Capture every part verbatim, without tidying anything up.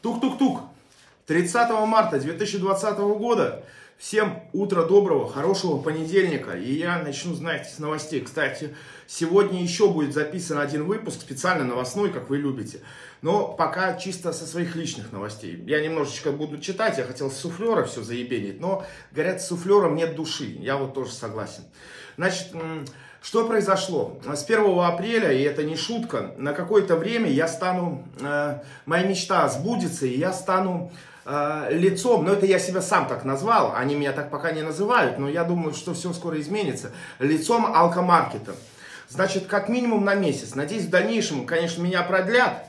Тук-тук-тук. тридцатого марта две тысячи двадцатого года. Всем утро доброго, хорошего понедельника. И я начну, знаете, с новостей. Кстати, сегодня еще будет записан один выпуск, специально новостной, как вы любите. Но пока чисто со своих личных новостей. Я немножечко буду читать, я хотел с суфлера все заебенить. Но, говорят, с суфлером нет души. Я вот тоже согласен. Значит, что произошло? С первого апреля, и это не шутка, на какое-то время я стану, э, моя мечта сбудется, и я стану э, лицом, но это я себя сам так назвал, они меня так пока не называют, но я думаю, что все скоро изменится, лицом алкомаркета. Значит, как минимум на месяц. Надеюсь, в дальнейшем, конечно, меня продлят.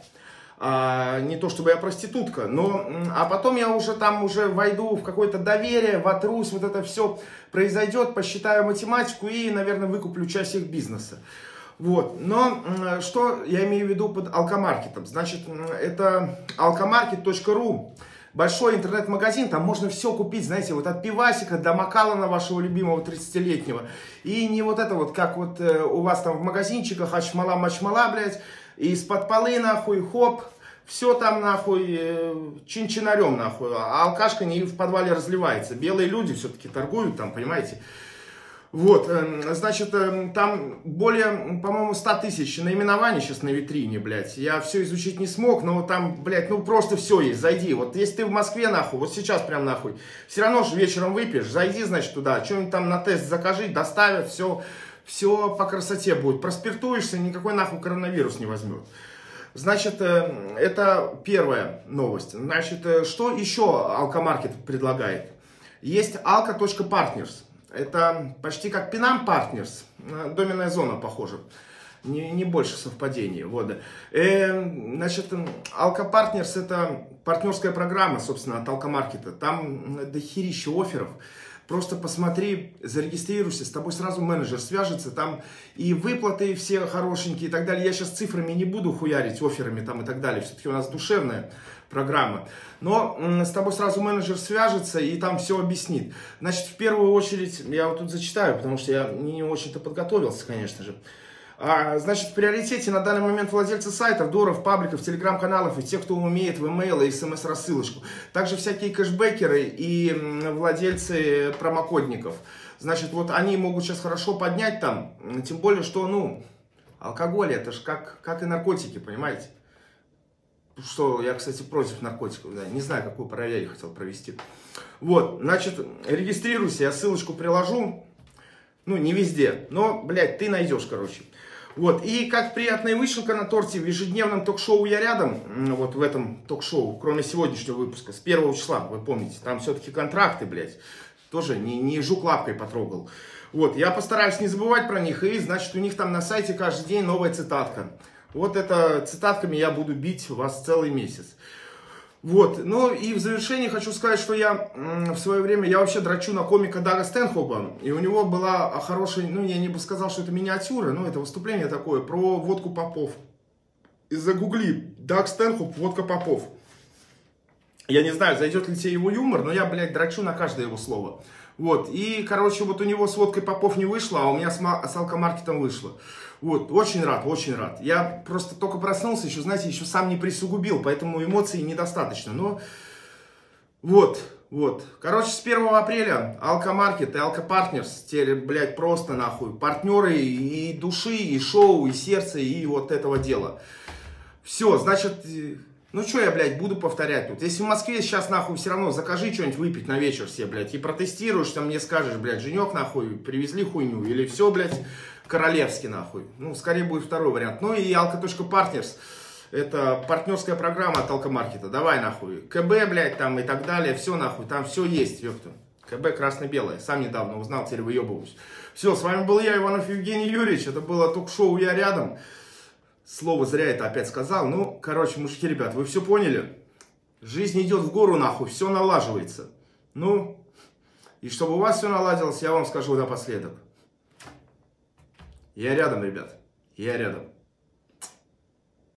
А, не то чтобы я проститутка, но а потом я уже там уже войду в какое-то доверие, вотрусь, вот это все произойдет, посчитаю математику и, наверное, выкуплю часть их бизнеса. Вот. Но что я имею в виду под алкомаркетом? Значит, это алкомаркет точка ру. Большой интернет-магазин, там можно все купить, знаете, вот от пивасика до Макалана вашего любимого тридцатилетнего. И не вот это вот, как вот э, у вас там в магазинчиках, ачмала-мачмала, блядь, из-под полы, нахуй, хоп, все там, нахуй, э, чин-чинарем, нахуй, а алкашка не в подвале разливается. Белые люди все-таки торгуют там, понимаете. Вот, значит, там более, по-моему, ста тысяч наименований сейчас на витрине, блядь. Я все изучить не смог, но там, блядь, ну просто все есть, зайди. Вот если ты в Москве, нахуй, вот сейчас прям нахуй, все равно же вечером выпьешь, зайди, значит, туда, что-нибудь там на тест закажи, доставят, все, все по красоте будет. Проспиртуешься, никакой нахуй коронавирус не возьмет. Значит, это первая новость. Значит, что еще алкомаркет предлагает? Есть алко точка партнерс. Это почти как Пинам Partners, доменная зона, похоже, не, не больше совпадений. Вот. Э, значит, Alka Partners это партнерская программа, собственно, от алкомаркета. Там дохерища офферов. Просто посмотри, зарегистрируйся, с тобой сразу менеджер свяжется, там и выплаты все хорошенькие и так далее. Я сейчас цифрами не буду хуярить, офферами там и так далее, все-таки у нас душевная программа. Но с тобой сразу менеджер свяжется и там все объяснит. Значит, в первую очередь, я вот тут зачитаю, потому что я не очень-то подготовился, конечно же. А, значит, в приоритете на данный момент владельцы сайтов, доров, пабликов, телеграм-каналов и тех, кто умеет в email и смс-рассылочку. Также всякие кэшбэкеры и владельцы промокодников. Значит, вот они могут сейчас хорошо поднять там, тем более, что, ну, алкоголь это же как, как и наркотики, понимаете? Что я, кстати, против наркотиков, да, не знаю, какую параллель хотел провести. Вот, значит, регистрируйся, я ссылочку приложу. Ну, не везде, но, блядь, ты найдешь, короче. Вот, и как приятная вышивка на торте в ежедневном ток-шоу «Я рядом», вот в этом ток-шоу, кроме сегодняшнего выпуска, с первого числа, вы помните, там все-таки контракты, блядь, тоже не, не жук лапкой потрогал. Вот, я постараюсь не забывать про них, и, значит, у них там на сайте каждый день новая цитатка. Вот это цитатками я буду бить вас целый месяц. Вот, ну и в завершении хочу сказать, что я в свое время, я вообще дрочу на комика Дага Стэнхопа, и у него была хорошая, ну я не бы сказал, что это миниатюра, но это выступление такое про водку попов. И загугли, Даг Стэнхоп, водка попов. Я не знаю, зайдет ли тебе его юмор, но я, блядь, дрочу на каждое его слово. Вот, и, короче, вот у него с водкой попов не вышло, а у меня с, с алкомаркетом вышло. Вот, очень рад, очень рад. Я просто только проснулся, еще, знаете, еще сам не присугубил, поэтому эмоций недостаточно. Но вот, вот. Короче, с первого апреля алкомаркет и алко партнерс, теперь, блядь, просто нахуй. Партнеры и души, и шоу, и сердца, и вот этого дела. Все, значит, ну что я, блядь, буду повторять тут. Если в Москве сейчас, нахуй, все равно закажи что-нибудь выпить на вечер все, блядь, и протестируешь, там мне скажешь, блядь, Женек, нахуй, привезли хуйню, или все, блядь, королевский, нахуй. Ну, скорее будет второй вариант. Ну и алко точка партнерс. Это партнерская программа от алкомаркета. Давай, нахуй. КБ, блядь, там и так далее. Все, нахуй. Там все есть, ёпта. КБ красно-белое. Сам недавно узнал, теперь выебываюсь. Все, с вами был я, Иванов Евгений Юрьевич. Это было ток-шоу «Я рядом». Слово зря это опять сказал. Ну, короче, мужики, ребят, вы все поняли? Жизнь идет в гору, нахуй. Все налаживается. Ну, и чтобы у вас все наладилось, я вам скажу напоследок. Я рядом, ребят. Я рядом.